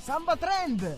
Samba Trend!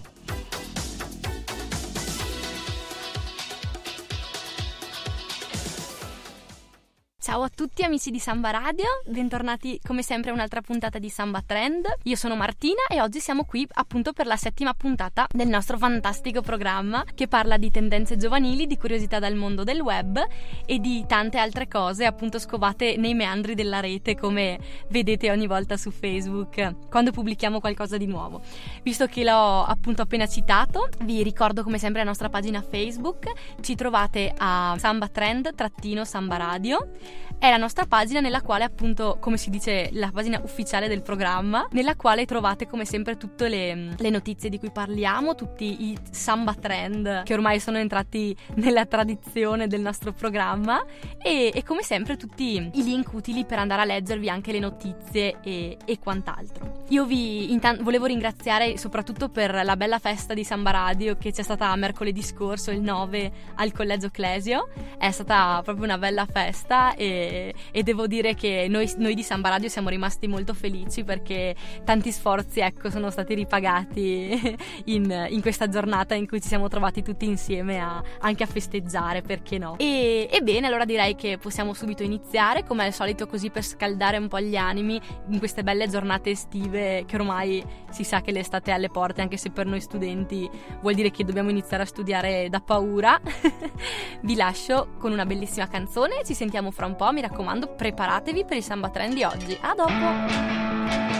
Ciao a tutti amici di Samba Radio, bentornati come sempre a un'altra puntata di Samba Trend. Io sono Martina e oggi siamo qui appunto per la 7ª puntata del nostro fantastico programma che parla di tendenze giovanili, di curiosità dal mondo del web e di tante altre cose appunto scovate nei meandri della rete, come vedete ogni volta su Facebook quando pubblichiamo qualcosa di nuovo. Visto che l'ho appunto appena citato, vi ricordo come sempre la nostra pagina Facebook, ci trovate a Samba Trend-Samba Radio. È la nostra pagina nella quale appunto, come si dice, la pagina ufficiale del programma, nella quale trovate come sempre tutte le notizie di cui parliamo, tutti i Samba Trend che ormai sono entrati nella tradizione del nostro programma e come sempre tutti i link utili per andare a leggervi anche le notizie e quant'altro. Io volevo ringraziare soprattutto per la bella festa di Samba Radio che c'è stata mercoledì scorso, il 9, al Collegio Clesio. È stata proprio una bella festa e devo dire che noi di Samba Radio siamo rimasti molto felici perché tanti sforzi sono stati ripagati in questa giornata in cui ci siamo trovati tutti insieme anche a festeggiare, perché no? E bene, allora direi che possiamo subito iniziare come al solito, così per scaldare un po' gli animi in queste belle giornate estive che ormai si sa che l'estate è alle porte, anche se per noi studenti vuol dire che dobbiamo iniziare a studiare da paura. Vi lascio con una bellissima canzone, ci sentiamo fra un po', mi raccomando preparatevi per il Samba Trend di oggi. A dopo!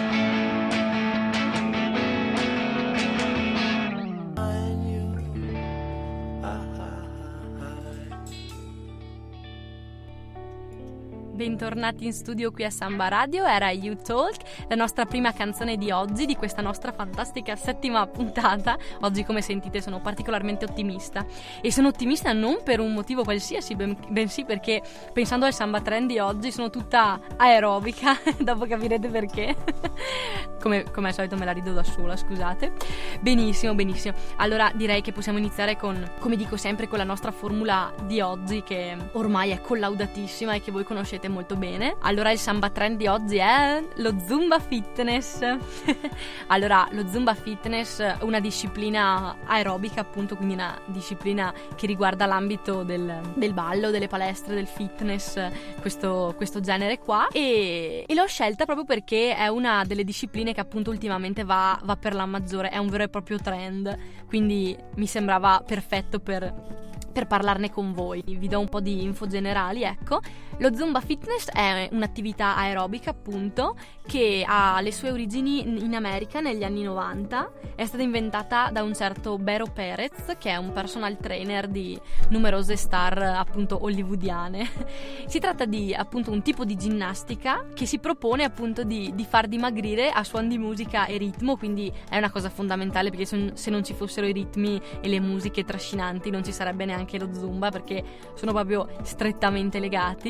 Bentornati in studio qui a Samba Radio, era You Talk, la nostra prima canzone di oggi, di questa nostra fantastica 7ª puntata. Oggi, come sentite, sono particolarmente ottimista e sono ottimista non per un motivo qualsiasi, bensì perché pensando al Samba Trend di oggi sono tutta aerobica, dopo capirete perché. Come al solito me la rido da sola, scusate. Benissimo. Allora direi che possiamo iniziare con, come dico sempre, con la nostra formula di oggi che ormai è collaudatissima e che voi conoscete molto bene. Allora il Samba Trend di oggi è lo Zumba Fitness. Allora, lo Zumba Fitness è una disciplina aerobica, appunto, quindi una disciplina che riguarda l'ambito del ballo, delle palestre, del fitness, questo genere qua, e l'ho scelta proprio perché è una delle discipline che appunto ultimamente va per la maggiore, è un vero e proprio trend, quindi mi sembrava perfetto per parlarne con voi. Vi do un po' di info generali, ecco. Lo Zumba Fitness è un'attività aerobica, appunto, che ha le sue origini in America negli anni 90. È stata inventata da un certo Bero Perez, che è un personal trainer di numerose star, appunto, hollywoodiane. Si tratta di, appunto, un tipo di ginnastica che si propone, appunto, di far dimagrire a suon di musica e ritmo, quindi è una cosa fondamentale, perché se non ci fossero i ritmi e le musiche trascinanti non ci sarebbe neanche lo Zumba, perché sono proprio strettamente legati.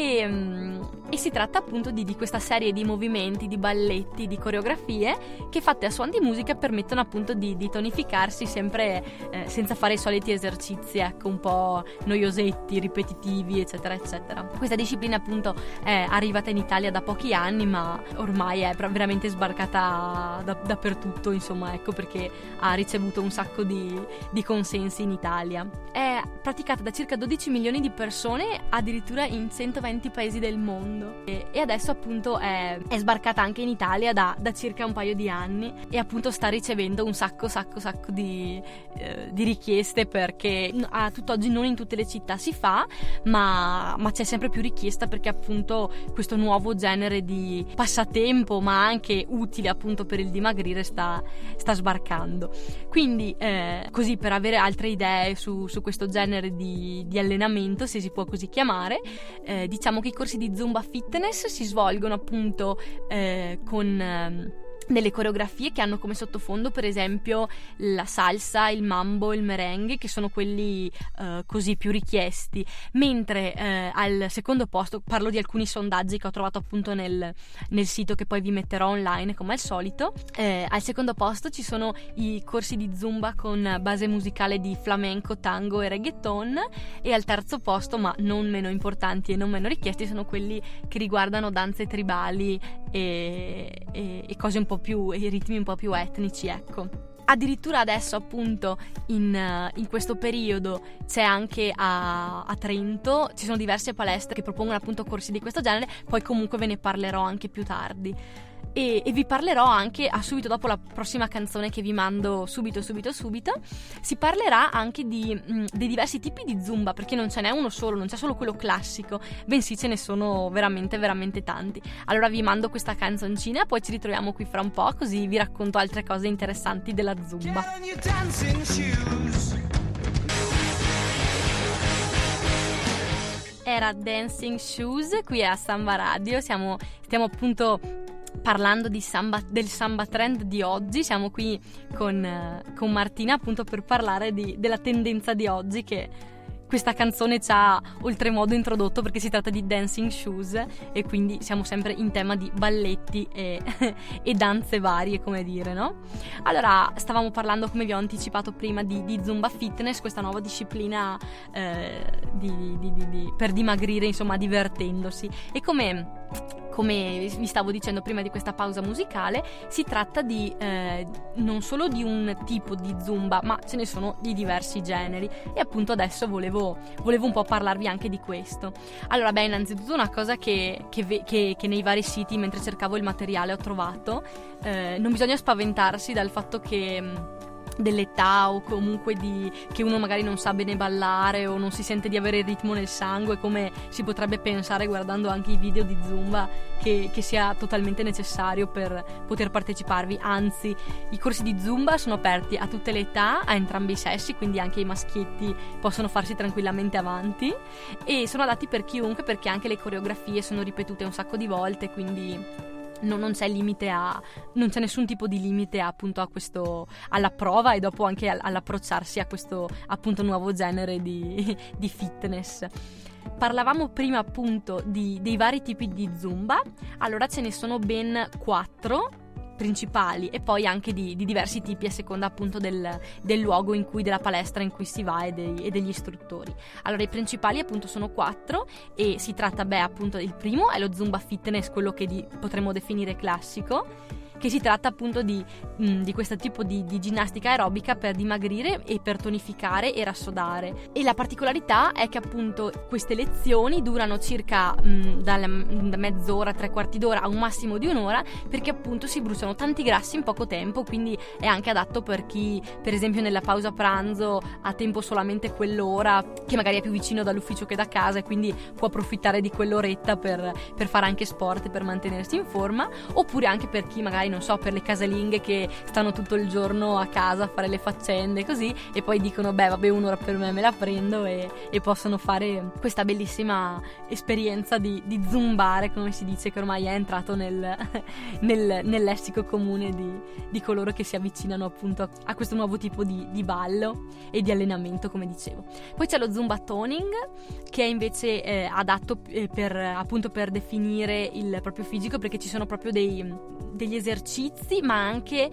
E si tratta appunto di questa serie di movimenti, di balletti, di coreografie che, fatte a suon di musica, permettono appunto di tonificarsi sempre senza fare i soliti esercizi, ecco, un po' noiosetti, ripetitivi, eccetera eccetera. Questa disciplina appunto è arrivata in Italia da pochi anni, ma ormai è veramente sbarcata dappertutto, insomma, ecco, perché ha ricevuto un sacco di consensi in Italia. È praticata da circa 12 milioni di persone, addirittura in 120 paesi del mondo, e adesso appunto è sbarcata anche in Italia da circa un paio di anni, e appunto sta ricevendo un sacco di richieste, perché a tutt'oggi non in tutte le città si fa, ma c'è sempre più richiesta, perché appunto questo nuovo genere di passatempo, ma anche utile appunto per il dimagrire, sta sbarcando. Quindi così, per avere altre idee su questo genere di allenamento, se si può così chiamare, diciamo che i corsi di Zumba Fitness si svolgono appunto con delle coreografie che hanno come sottofondo per esempio la salsa, il mambo, il merengue, che sono quelli così più richiesti, mentre al secondo posto, parlo di alcuni sondaggi che ho trovato appunto nel sito, che poi vi metterò online come al solito, al secondo posto ci sono i corsi di Zumba con base musicale di flamenco, tango e reggaeton, e al terzo posto, ma non meno importanti e non meno richiesti, sono quelli che riguardano danze tribali e cose un po' più, e ritmi un po' più etnici, ecco. Addirittura adesso appunto in questo periodo c'è anche a Trento, ci sono diverse palestre che propongono appunto corsi di questo genere, poi comunque ve ne parlerò anche più tardi. E vi parlerò anche subito dopo la prossima canzone che vi mando subito. Si parlerà anche dei diversi tipi di Zumba, perché non ce n'è uno solo, non c'è solo quello classico, bensì ce ne sono veramente veramente tanti. Allora vi mando questa canzoncina e poi ci ritroviamo qui fra un po', così vi racconto altre cose interessanti della Zumba. Era Dancing Shoes qui a Samba Radio, stiamo appunto parlando del samba trend di oggi. Siamo qui con Martina appunto per parlare della tendenza di oggi che questa canzone ci ha oltremodo introdotto, perché si tratta di Dancing Shoes e quindi siamo sempre in tema di balletti e danze varie, come dire, no? Allora, stavamo parlando, come vi ho anticipato prima, di Zumba Fitness, questa nuova disciplina per dimagrire, insomma, divertendosi. E come vi stavo dicendo prima di questa pausa musicale, si tratta non solo di un tipo di Zumba, ma ce ne sono di diversi generi, e appunto adesso volevo un po' parlarvi anche di questo. Allora, innanzitutto una cosa che nei vari siti, mentre cercavo il materiale, ho trovato, non bisogna spaventarsi dal fatto che dell'età o comunque che uno magari non sa bene ballare o non si sente di avere il ritmo nel sangue, come si potrebbe pensare guardando anche i video di Zumba, che sia totalmente necessario per poter parteciparvi. Anzi, i corsi di Zumba sono aperti a tutte le età, a entrambi i sessi, quindi anche i maschietti possono farsi tranquillamente avanti, e sono adatti per chiunque, perché anche le coreografie sono ripetute un sacco di volte, quindi non c'è nessun tipo di limite appunto alla prova e dopo anche all'approcciarsi a questo appunto nuovo genere di fitness. Parlavamo prima appunto dei vari tipi di Zumba. Allora, ce ne sono ben 4 principali e poi anche di diversi tipi a seconda appunto del luogo della palestra in cui si va e degli istruttori. Allora, i principali appunto sono 4 e si tratta appunto, il primo è lo Zumba Fitness, quello che potremmo definire classico, che si tratta appunto di questo tipo di ginnastica aerobica per dimagrire e per tonificare e rassodare. E la particolarità è che appunto queste lezioni durano circa da mezz'ora, 3/4 d'ora a un massimo di un'ora, perché appunto si bruciano tanti grassi in poco tempo, quindi è anche adatto per chi per esempio nella pausa pranzo ha tempo solamente quell'ora, che magari è più vicino dall'ufficio che da casa, e quindi può approfittare di quell'oretta per fare anche sport e per mantenersi in forma, oppure anche per chi magari, non so, per le casalinghe che stanno tutto il giorno a casa a fare le faccende così, e poi dicono vabbè, un'ora per me la prendo, e possono fare questa bellissima esperienza di zumbare, come si dice, che ormai è entrato nel lessico comune di coloro che si avvicinano appunto a questo nuovo tipo di ballo e di allenamento, come dicevo. Poi c'è lo Zumba Toning, che è invece adatto per definire il proprio fisico, perché ci sono proprio degli esercizi, ma anche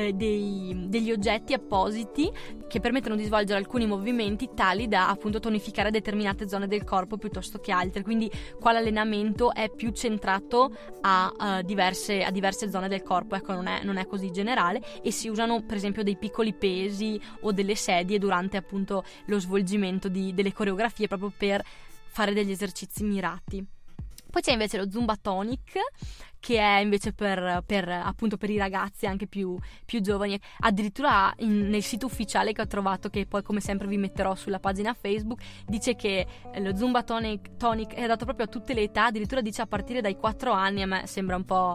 degli oggetti appositi che permettono di svolgere alcuni movimenti tali da appunto tonificare determinate zone del corpo piuttosto che altre. Quindi qua l'allenamento è più centrato a diverse zone del corpo, ecco, non è così generale, e si usano per esempio dei piccoli pesi o delle sedie durante appunto lo svolgimento delle coreografie, proprio per fare degli esercizi mirati. Poi c'è invece lo Zumba Tonic, che è invece per i ragazzi anche più giovani. Addirittura nel sito ufficiale che ho trovato, che poi come sempre vi metterò sulla pagina Facebook, dice che lo Zumba Tonic è adatto proprio a tutte le età, addirittura dice a partire dai 4 anni. A me sembra un po'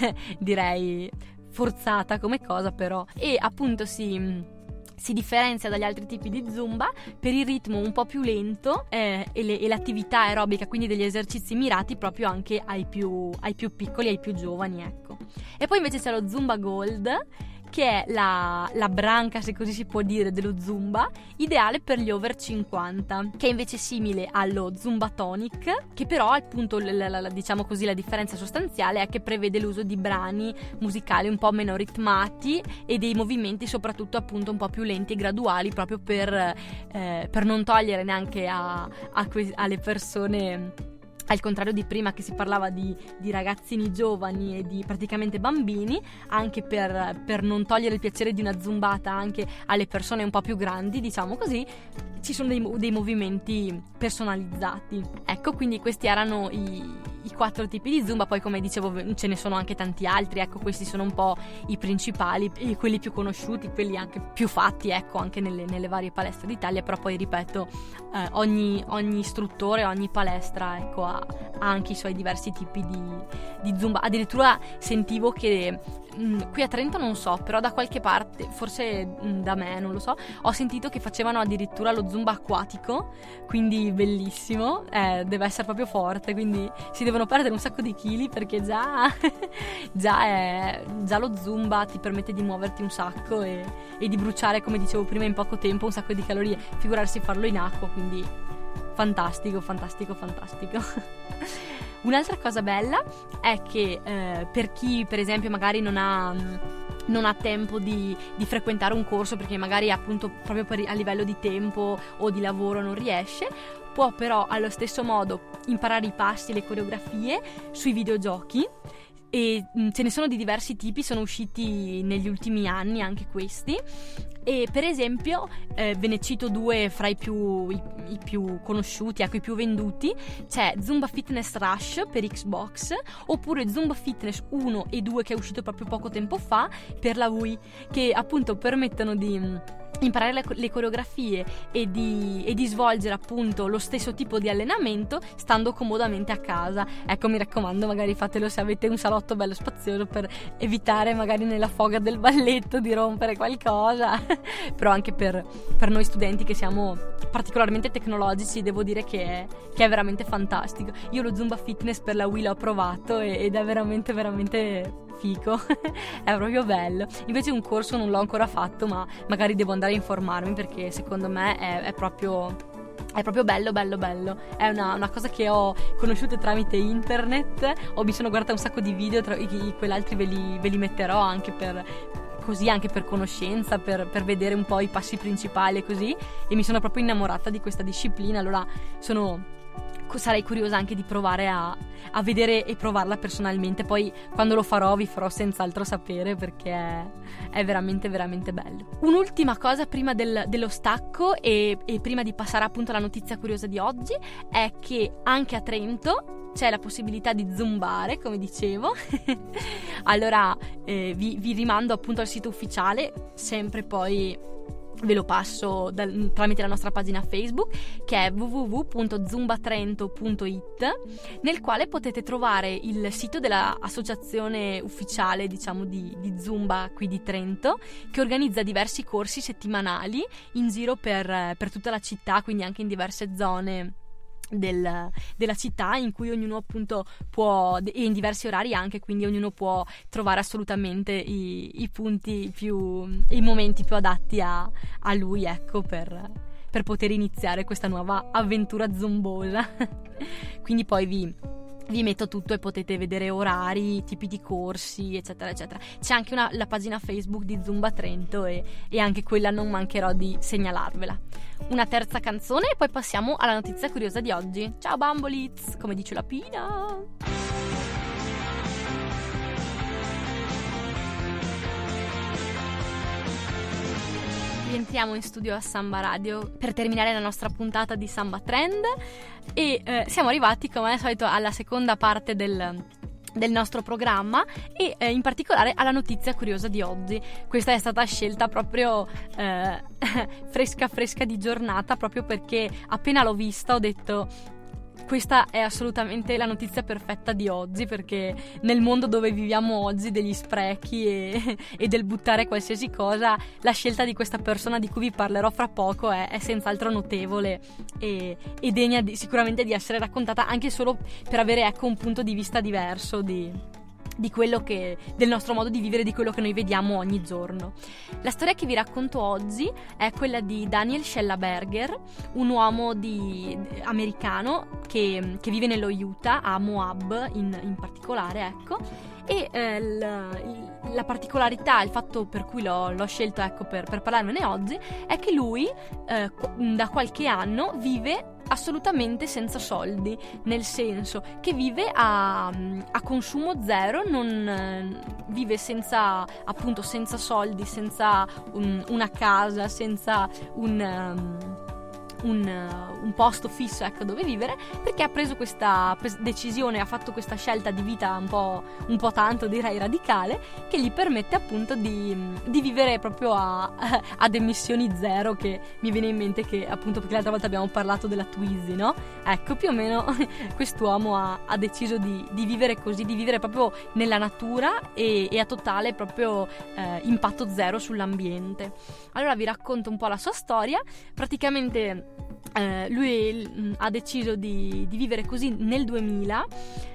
direi forzata come cosa, però, e appunto si differenzia dagli altri tipi di Zumba per il ritmo un po' più lento e l'attività aerobica, quindi degli esercizi mirati proprio anche ai più piccoli, ai più giovani, ecco. E poi invece c'è lo Zumba Gold, che è la branca, se così si può dire, dello Zumba, ideale per gli over 50, che è invece simile allo Zumba Tonic, che però appunto diciamo così, la differenza sostanziale è che prevede l'uso di brani musicali un po' meno ritmati e dei movimenti soprattutto appunto un po' più lenti e graduali, proprio per non togliere neanche alle persone al contrario di prima che si parlava di ragazzini giovani e di praticamente bambini, anche per non togliere il piacere di una zumbata anche alle persone un po' più grandi, diciamo così, ci sono dei movimenti personalizzati. Ecco, quindi questi erano i 4 tipi di zumba. Poi, come dicevo, ce ne sono anche tanti altri. Ecco, questi sono un po' i principali, quelli più conosciuti, quelli anche più fatti, ecco, anche nelle varie palestre d'Italia. Però poi, ripeto, ogni istruttore, ogni palestra, ecco, ha anche i suoi diversi tipi di zumba. Addirittura sentivo che qui a Trento non so, però da qualche parte, forse da me, non lo so, ho sentito che facevano addirittura lo zumba acquatico, quindi bellissimo, deve essere proprio forte, quindi si devono perdere un sacco di chili, perché già lo zumba ti permette di muoverti un sacco e di bruciare, come dicevo prima, in poco tempo un sacco di calorie, figurarsi farlo in acqua, quindi fantastico. Un'altra cosa bella è che per chi per esempio magari non ha tempo di frequentare un corso, perché magari appunto proprio a livello di tempo o di lavoro non riesce, può però allo stesso modo imparare i passi e le coreografie sui videogiochi. E ce ne sono di diversi tipi, sono usciti negli ultimi anni anche questi, e per esempio ve ne cito 2 fra i più conosciuti, ecco, i più venduti. C'è Zumba Fitness Rush per Xbox, oppure Zumba Fitness 1 e 2 che è uscito proprio poco tempo fa per la Wii, che appunto permettono di imparare le coreografie e di svolgere appunto lo stesso tipo di allenamento stando comodamente a casa. Ecco, mi raccomando, magari fatelo se avete un salotto bello spazioso, per evitare magari nella foga del balletto di rompere qualcosa. Però anche per noi studenti che siamo particolarmente tecnologici, devo dire che è veramente fantastico. Io lo Zumba Fitness per la Wii l'ho provato ed è veramente fico. È proprio bello. Invece un corso non l'ho ancora fatto, ma magari devo andare a informarmi, perché secondo me è proprio bello. È una cosa che ho conosciuto tramite internet, mi sono guardata un sacco di video, quell'altri ve li metterò anche per conoscenza, per vedere un po' i passi principali e così, e mi sono proprio innamorata di questa disciplina. Allora sarei curiosa anche di provare a vedere e provarla personalmente. Poi quando lo farò vi farò senz'altro sapere, perché è veramente bello. Un'ultima cosa prima dello stacco e prima di passare appunto alla notizia curiosa di oggi è che anche a Trento c'è la possibilità di zumbare, come dicevo. Allora vi rimando appunto al sito ufficiale, sempre poi ve lo passo tramite la nostra pagina Facebook, che è www.zumbatrento.it, nel quale potete trovare il sito dell'associazione ufficiale, diciamo, di Zumba qui di Trento, che organizza diversi corsi settimanali in giro per tutta la città, quindi anche in diverse zone della città, in cui ognuno appunto può, e in diversi orari anche, quindi ognuno può trovare assolutamente i punti i momenti più adatti a lui, ecco, per poter iniziare questa nuova avventura zumbosa. Quindi poi vi metto tutto e potete vedere orari, tipi di corsi, eccetera eccetera. C'è anche la pagina Facebook di Zumba Trento e anche quella non mancherò di segnalarvela. Una terza canzone e poi passiamo alla notizia curiosa di oggi. Ciao Bamboliz, come dice la Pina. Rientriamo in studio a Samba Radio per terminare la nostra puntata di Samba Trend e siamo arrivati come al solito alla seconda parte del nostro programma e in particolare alla notizia curiosa di oggi. Questa è stata scelta proprio fresca di giornata, proprio perché appena l'ho vista ho detto: questa è assolutamente la notizia perfetta di oggi, perché nel mondo dove viviamo oggi degli sprechi e del buttare qualsiasi cosa, la scelta di questa persona di cui vi parlerò fra poco è senz'altro notevole e degna sicuramente di essere raccontata, anche solo per avere, ecco, un punto di vista diverso di quello del nostro modo di vivere, di quello che noi vediamo ogni giorno. La storia che vi racconto oggi è quella di Daniel Schellaberger, un uomo americano che vive nello Utah, a Moab in particolare, ecco, E la particolarità, il fatto per cui l'ho scelto, ecco, per parlarmene oggi, è che lui da qualche anno vive assolutamente senza soldi, nel senso che vive a consumo zero, non vive senza soldi, senza una casa, senza un posto fisso, ecco, dove vivere, perché ha preso questa decisione, ha fatto questa scelta di vita un po' tanto, direi, radicale, che gli permette appunto di vivere proprio ad emissioni zero, che mi viene in mente che appunto perché l'altra volta abbiamo parlato della Twizy, no? Ecco, più o meno quest'uomo ha deciso di vivere così, di vivere proprio nella natura e a totale proprio impatto zero sull'ambiente. Allora vi racconto un po' la sua storia. Praticamente lui ha deciso di vivere così nel 2000.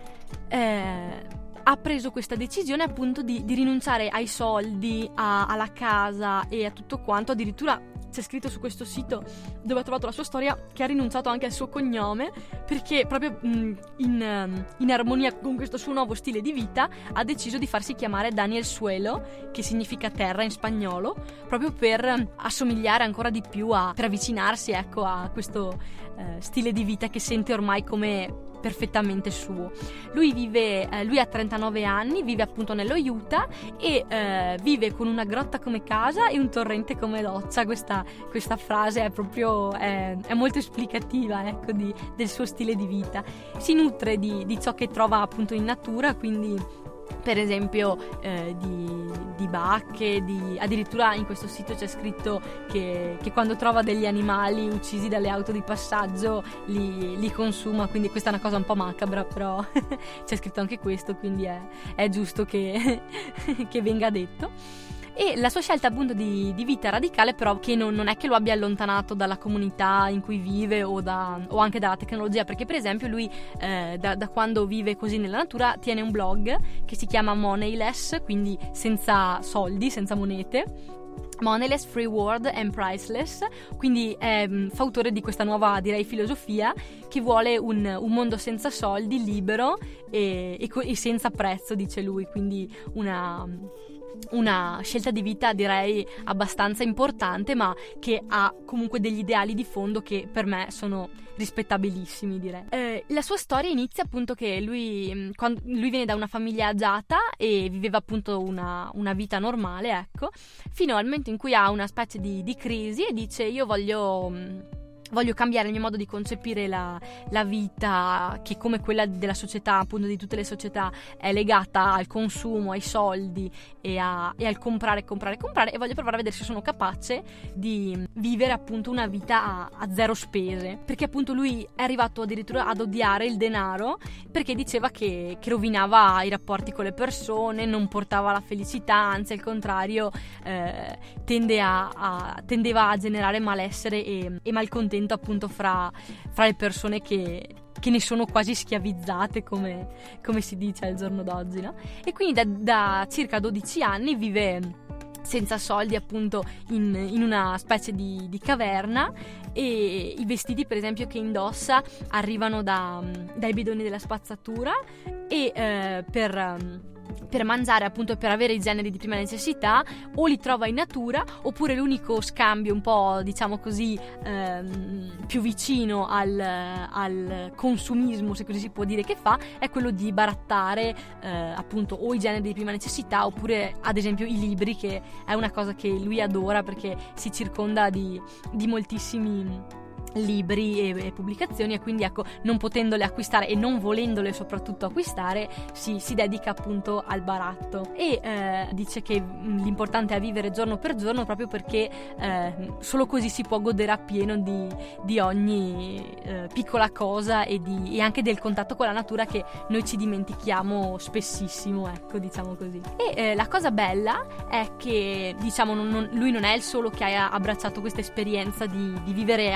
Ha preso questa decisione appunto di rinunciare ai soldi, alla casa e a tutto quanto. Addirittura c'è scritto su questo sito dove ho trovato la sua storia che ha rinunciato anche al suo cognome, perché proprio in armonia con questo suo nuovo stile di vita ha deciso di farsi chiamare Daniel Suelo, che significa terra in spagnolo, proprio per assomigliare ancora di più per avvicinarsi, ecco, a questo stile di vita che sente ormai come perfettamente suo. Lui ha 39 anni, vive appunto nello Utah e vive con una grotta come casa e un torrente come doccia. Questa frase è proprio è molto esplicativa, ecco, del suo stile di vita. Si nutre di ciò che trova appunto in natura, quindi per esempio di bacche, addirittura in questo sito c'è scritto che quando trova degli animali uccisi dalle auto di passaggio li consuma, quindi questa è una cosa un po' macabra, però c'è scritto anche questo, quindi è giusto che venga detto. E la sua scelta appunto di vita radicale, però, che non è che lo abbia allontanato dalla comunità in cui vive o anche dalla tecnologia, perché per esempio lui da quando vive così nella natura tiene un blog che si chiama Moneyless, quindi senza soldi, senza monete, Moneyless, Free World and Priceless, quindi fa autore di questa nuova, direi, filosofia che vuole un mondo senza soldi, libero e senza prezzo, dice lui, quindi una scelta di vita, direi, abbastanza importante, ma che ha comunque degli ideali di fondo che per me sono rispettabilissimi, direi. La sua storia inizia appunto che lui viene da una famiglia agiata e viveva appunto una vita normale, ecco, fino al momento in cui ha una specie di crisi e dice: io voglio cambiare il mio modo di concepire la vita, che come quella della società, appunto di tutte le società, è legata al consumo, ai soldi e al comprare, e voglio provare a vedere se sono capace di vivere appunto una vita a zero spese, perché appunto lui è arrivato addirittura ad odiare il denaro, perché diceva che rovinava i rapporti con le persone, non portava la felicità, anzi al contrario tendeva a generare malessere e malcontento appunto fra le persone che ne sono quasi schiavizzate, come si dice al giorno d'oggi, no? E quindi da circa 12 anni vive senza soldi appunto in una specie di caverna, e i vestiti per esempio che indossa arrivano dai bidoni della spazzatura, e per mangiare appunto, per avere i generi di prima necessità o li trova in natura, oppure l'unico scambio un po', diciamo così, più vicino al consumismo, se così si può dire, che fa è quello di barattare appunto o i generi di prima necessità oppure ad esempio i libri, che è una cosa che lui adora perché si circonda di moltissimi libri e pubblicazioni, e quindi ecco, non potendole acquistare e non volendole soprattutto acquistare, si dedica appunto al baratto, e dice che l'importante è vivere giorno per giorno, proprio perché solo così si può godere appieno di ogni piccola cosa e anche del contatto con la natura, che noi ci dimentichiamo spessissimo, ecco, diciamo così. E la cosa bella è che, diciamo, lui non è il solo che ha abbracciato questa esperienza di vivere a costo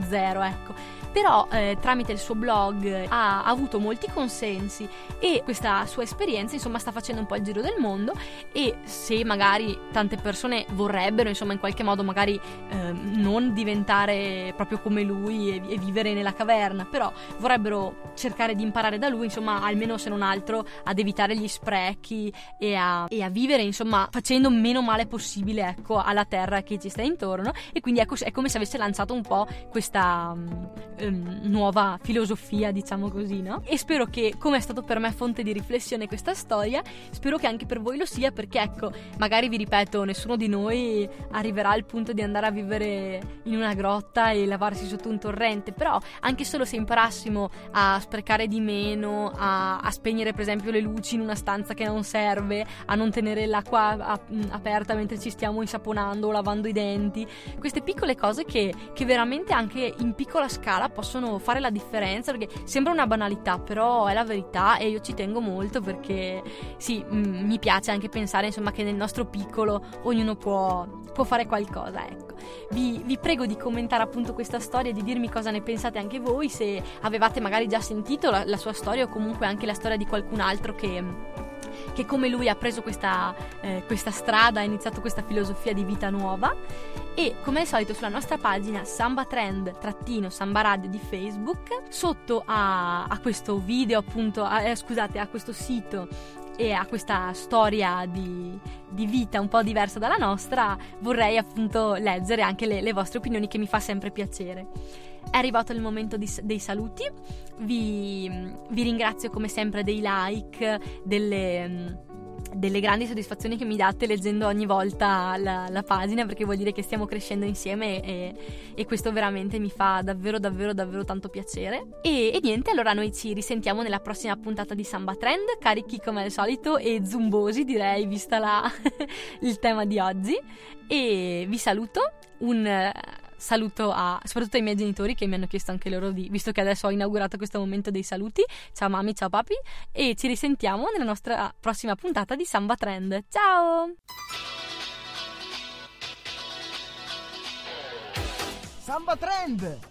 zero, ecco. Però tramite il suo blog ha avuto molti consensi e questa sua esperienza insomma sta facendo un po' il giro del mondo, e se magari tante persone vorrebbero insomma in qualche modo magari non diventare proprio come lui e vivere nella caverna, però vorrebbero cercare di imparare da lui, insomma almeno se non altro ad evitare gli sprechi e a vivere insomma facendo meno male possibile, ecco, alla terra che ci sta intorno. E quindi ecco, è come se avesse lanciato un po' questa nuova filosofia, diciamo così, no? E spero che, come è stato per me fonte di riflessione questa storia, spero che anche per voi lo sia, perché ecco, magari vi ripeto, nessuno di noi arriverà al punto di andare a vivere in una grotta e lavarsi sotto un torrente, però anche solo se imparassimo a sprecare di meno, a spegnere per esempio le luci in una stanza che non serve, a non tenere l'acqua aperta mentre ci stiamo insaponando o lavando i denti, queste piccole cose che veramente anche in piccola scala possono fare la differenza, perché sembra una banalità, però è la verità, e io ci tengo molto perché sì, mi piace anche pensare insomma che nel nostro piccolo ognuno può fare qualcosa, ecco. Vi prego di commentare appunto questa storia e di dirmi cosa ne pensate anche voi, se avevate magari già sentito la sua storia o comunque anche la storia di qualcun altro che come lui ha preso questa strada, ha iniziato questa filosofia di vita nuova. E come al solito sulla nostra pagina Samba Trend-Samba Radio di Facebook, sotto a questo video appunto, a questo sito e a questa storia di vita un po' diversa dalla nostra, vorrei appunto leggere anche le vostre opinioni, che mi fa sempre piacere. È arrivato il momento dei saluti. Vi ringrazio come sempre dei like, delle grandi soddisfazioni che mi date leggendo ogni volta la pagina, perché vuol dire che stiamo crescendo insieme e questo veramente mi fa davvero davvero davvero tanto piacere. E niente, allora noi ci risentiamo nella prossima puntata di Samba Trend, carichi come al solito e zumbosi, direi, vista il tema di oggi. E vi saluto, un saluto soprattutto ai miei genitori, che mi hanno chiesto anche loro visto che adesso ho inaugurato questo momento dei saluti. Ciao mami, ciao papi, e ci risentiamo nella nostra prossima puntata di Samba Trend. Ciao! Samba Trend!